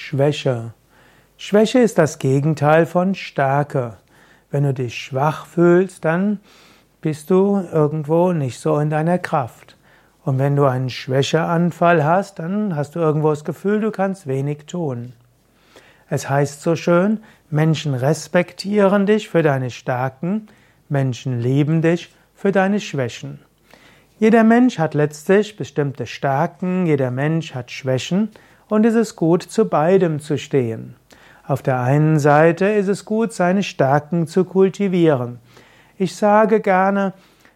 Schwäche. Schwäche ist das Gegenteil von Stärke. Wenn du dich schwach fühlst, dann bist du irgendwo nicht so in deiner Kraft. Und wenn du einen Schwächeanfall hast, dann hast du irgendwo das Gefühl, du kannst wenig tun. Es heißt so schön, Menschen respektieren dich für deine Stärken, Menschen lieben dich für deine Schwächen. Jeder Mensch hat letztlich bestimmte Stärken, jeder Mensch hat Schwächen und es ist gut, zu beidem zu stehen. Auf der einen Seite ist es gut, seine Stärken zu kultivieren. Ich sage gerne,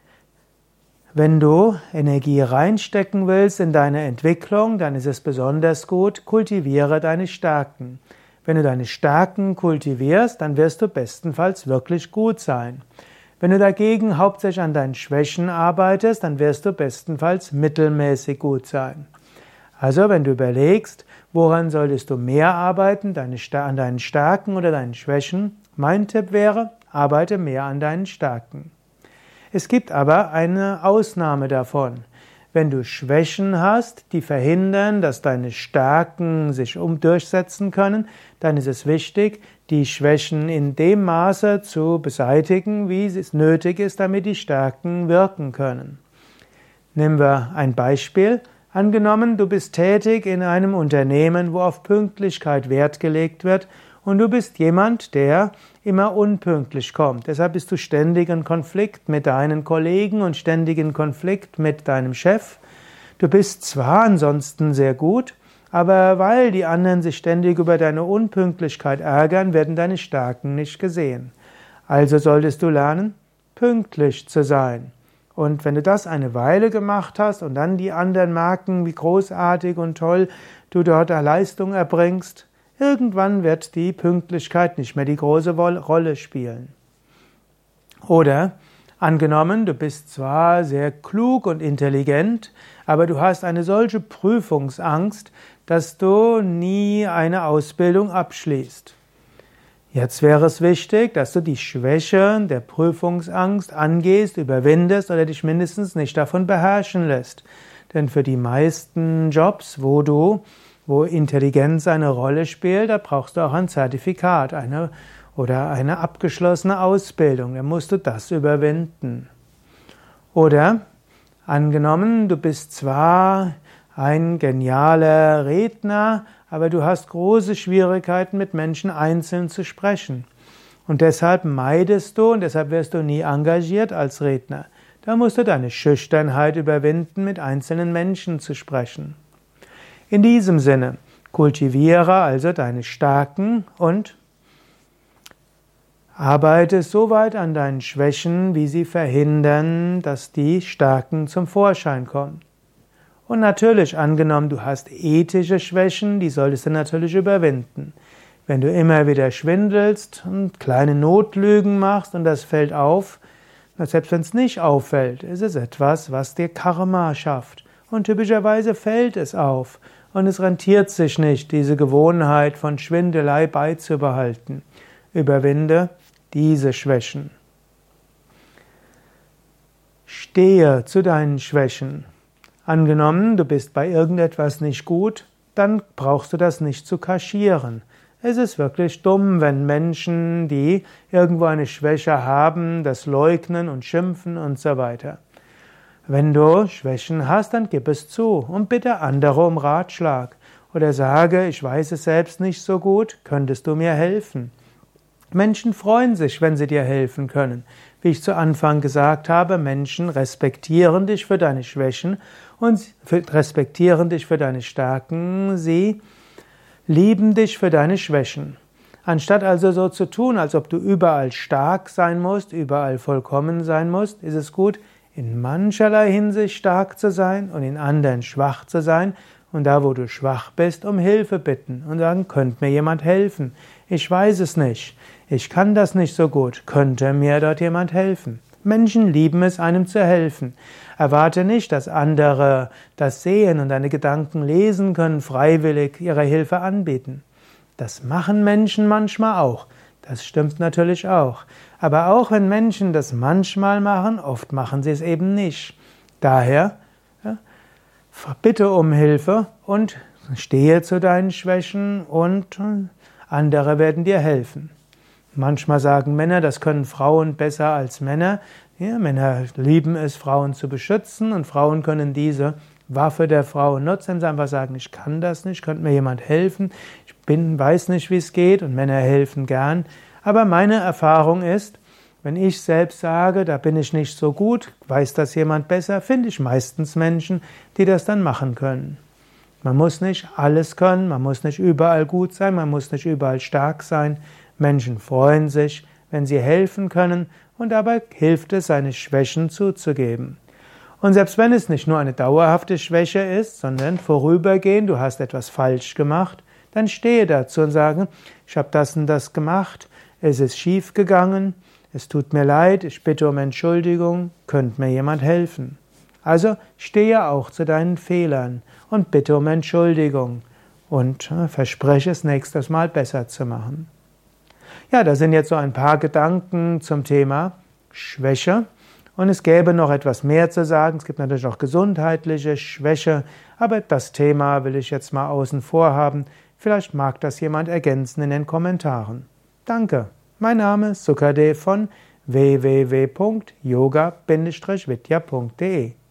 wenn du Energie reinstecken willst in deine Entwicklung, dann ist es besonders gut, kultiviere deine Stärken. Wenn du deine Stärken kultivierst, dann wirst du bestenfalls wirklich gut sein. Wenn du dagegen hauptsächlich an deinen Schwächen arbeitest, dann wirst du bestenfalls mittelmäßig gut sein. Also, wenn du überlegst, woran solltest du mehr arbeiten, an deinen Stärken oder deinen Schwächen, mein Tipp wäre, arbeite mehr an deinen Stärken. Es gibt aber eine Ausnahme davon. Wenn du Schwächen hast, die verhindern, dass deine Stärken sich durchsetzen können, dann ist es wichtig, die Schwächen in dem Maße zu beseitigen, wie es nötig ist, damit die Stärken wirken können. Nehmen wir ein Beispiel. Angenommen, du bist tätig in einem Unternehmen, wo auf Pünktlichkeit Wert gelegt wird und du bist jemand, der immer unpünktlich kommt. Deshalb bist du ständig in Konflikt mit deinen Kollegen und ständig in Konflikt mit deinem Chef. Du bist zwar ansonsten sehr gut, aber weil die anderen sich ständig über deine Unpünktlichkeit ärgern, werden deine Stärken nicht gesehen. Also solltest du lernen, pünktlich zu sein. Und wenn du das eine Weile gemacht hast und dann die anderen merken, wie großartig und toll du dort Leistung erbringst, irgendwann wird die Pünktlichkeit nicht mehr die große Rolle spielen. Oder angenommen, du bist zwar sehr klug und intelligent, aber du hast eine solche Prüfungsangst, dass du nie eine Ausbildung abschließt. Jetzt wäre es wichtig, dass du die Schwäche der Prüfungsangst angehst, überwindest oder dich mindestens nicht davon beherrschen lässt. Denn für die meisten Jobs, wo Intelligenz eine Rolle spielt, da brauchst du auch ein Zertifikat, oder eine abgeschlossene Ausbildung. Da musst du das überwinden. Oder angenommen, du bist zwar ein genialer Redner, aber du hast große Schwierigkeiten, mit Menschen einzeln zu sprechen. Und deshalb meidest du und deshalb wirst du nie engagiert als Redner. Da musst du deine Schüchternheit überwinden, mit einzelnen Menschen zu sprechen. In diesem Sinne, kultiviere also deine Stärken und arbeite so weit an deinen Schwächen, wie sie verhindern, dass die Stärken zum Vorschein kommen. Und natürlich, angenommen, du hast ethische Schwächen, die solltest du natürlich überwinden. Wenn du immer wieder schwindelst und kleine Notlügen machst und das fällt auf, selbst wenn es nicht auffällt, ist es etwas, was dir Karma schafft. Und typischerweise fällt es auf. Und es rentiert sich nicht, diese Gewohnheit von Schwindelei beizubehalten. Überwinde diese Schwächen. Stehe zu deinen Schwächen. Angenommen, du bist bei irgendetwas nicht gut, dann brauchst du das nicht zu kaschieren. Es ist wirklich dumm, wenn Menschen, die irgendwo eine Schwäche haben, das leugnen und schimpfen und so weiter. Wenn du Schwächen hast, dann gib es zu und bitte andere um Ratschlag. Oder sage, ich weiß es selbst nicht so gut, könntest du mir helfen? Menschen freuen sich, wenn sie dir helfen können. Wie ich zu Anfang gesagt habe, Menschen respektieren dich für deine Schwächen und respektieren dich für deine Stärken. Sie lieben dich für deine Schwächen. Anstatt also so zu tun, als ob du überall stark sein musst, überall vollkommen sein musst, ist es gut, in mancherlei Hinsicht stark zu sein und in anderen schwach zu sein und da, wo du schwach bist, um Hilfe bitten und sagen, könnte mir jemand helfen? Ich weiß es nicht. Ich kann das nicht so gut. Könnte mir dort jemand helfen? Menschen lieben es, einem zu helfen. Erwarte nicht, dass andere das sehen und deine Gedanken lesen können, freiwillig ihre Hilfe anbieten. Das machen Menschen manchmal auch. Das stimmt natürlich auch. Aber auch wenn Menschen das manchmal machen, oft machen sie es eben nicht. Daher bitte um Hilfe und Stehe zu deinen Schwächen und andere werden dir helfen. Manchmal sagen Männer, das können Frauen besser als Männer. Ja, Männer lieben es, Frauen zu beschützen, und Frauen können diese Waffe der Frau nutzen, sie einfach sagen, ich kann das nicht, könnte mir jemand helfen, weiß nicht, wie es geht, und Männer helfen gern. Aber meine Erfahrung ist, wenn ich selbst sage, da bin ich nicht so gut, weiß das jemand besser, finde ich meistens Menschen, die das dann machen können. Man muss nicht alles können, man muss nicht überall gut sein, man muss nicht überall stark sein. Menschen freuen sich, wenn sie helfen können, und dabei hilft es, seine Schwächen zuzugeben. Und selbst wenn es nicht nur eine dauerhafte Schwäche ist, sondern vorübergehend, du hast etwas falsch gemacht, dann stehe dazu und sage, ich habe das und das gemacht, es ist schief gegangen, es tut mir leid, ich bitte um Entschuldigung, könnte mir jemand helfen? Also stehe auch zu deinen Fehlern und bitte um Entschuldigung und verspreche es nächstes Mal besser zu machen. Ja, das sind jetzt so ein paar Gedanken zum Thema Schwäche. Und es gäbe noch etwas mehr zu sagen. Es gibt natürlich auch gesundheitliche Schwäche, aber das Thema will ich jetzt mal außen vor haben. Vielleicht mag das jemand ergänzen in den Kommentaren. Danke. Mein Name ist Sukadev von www.yoga-vidya.de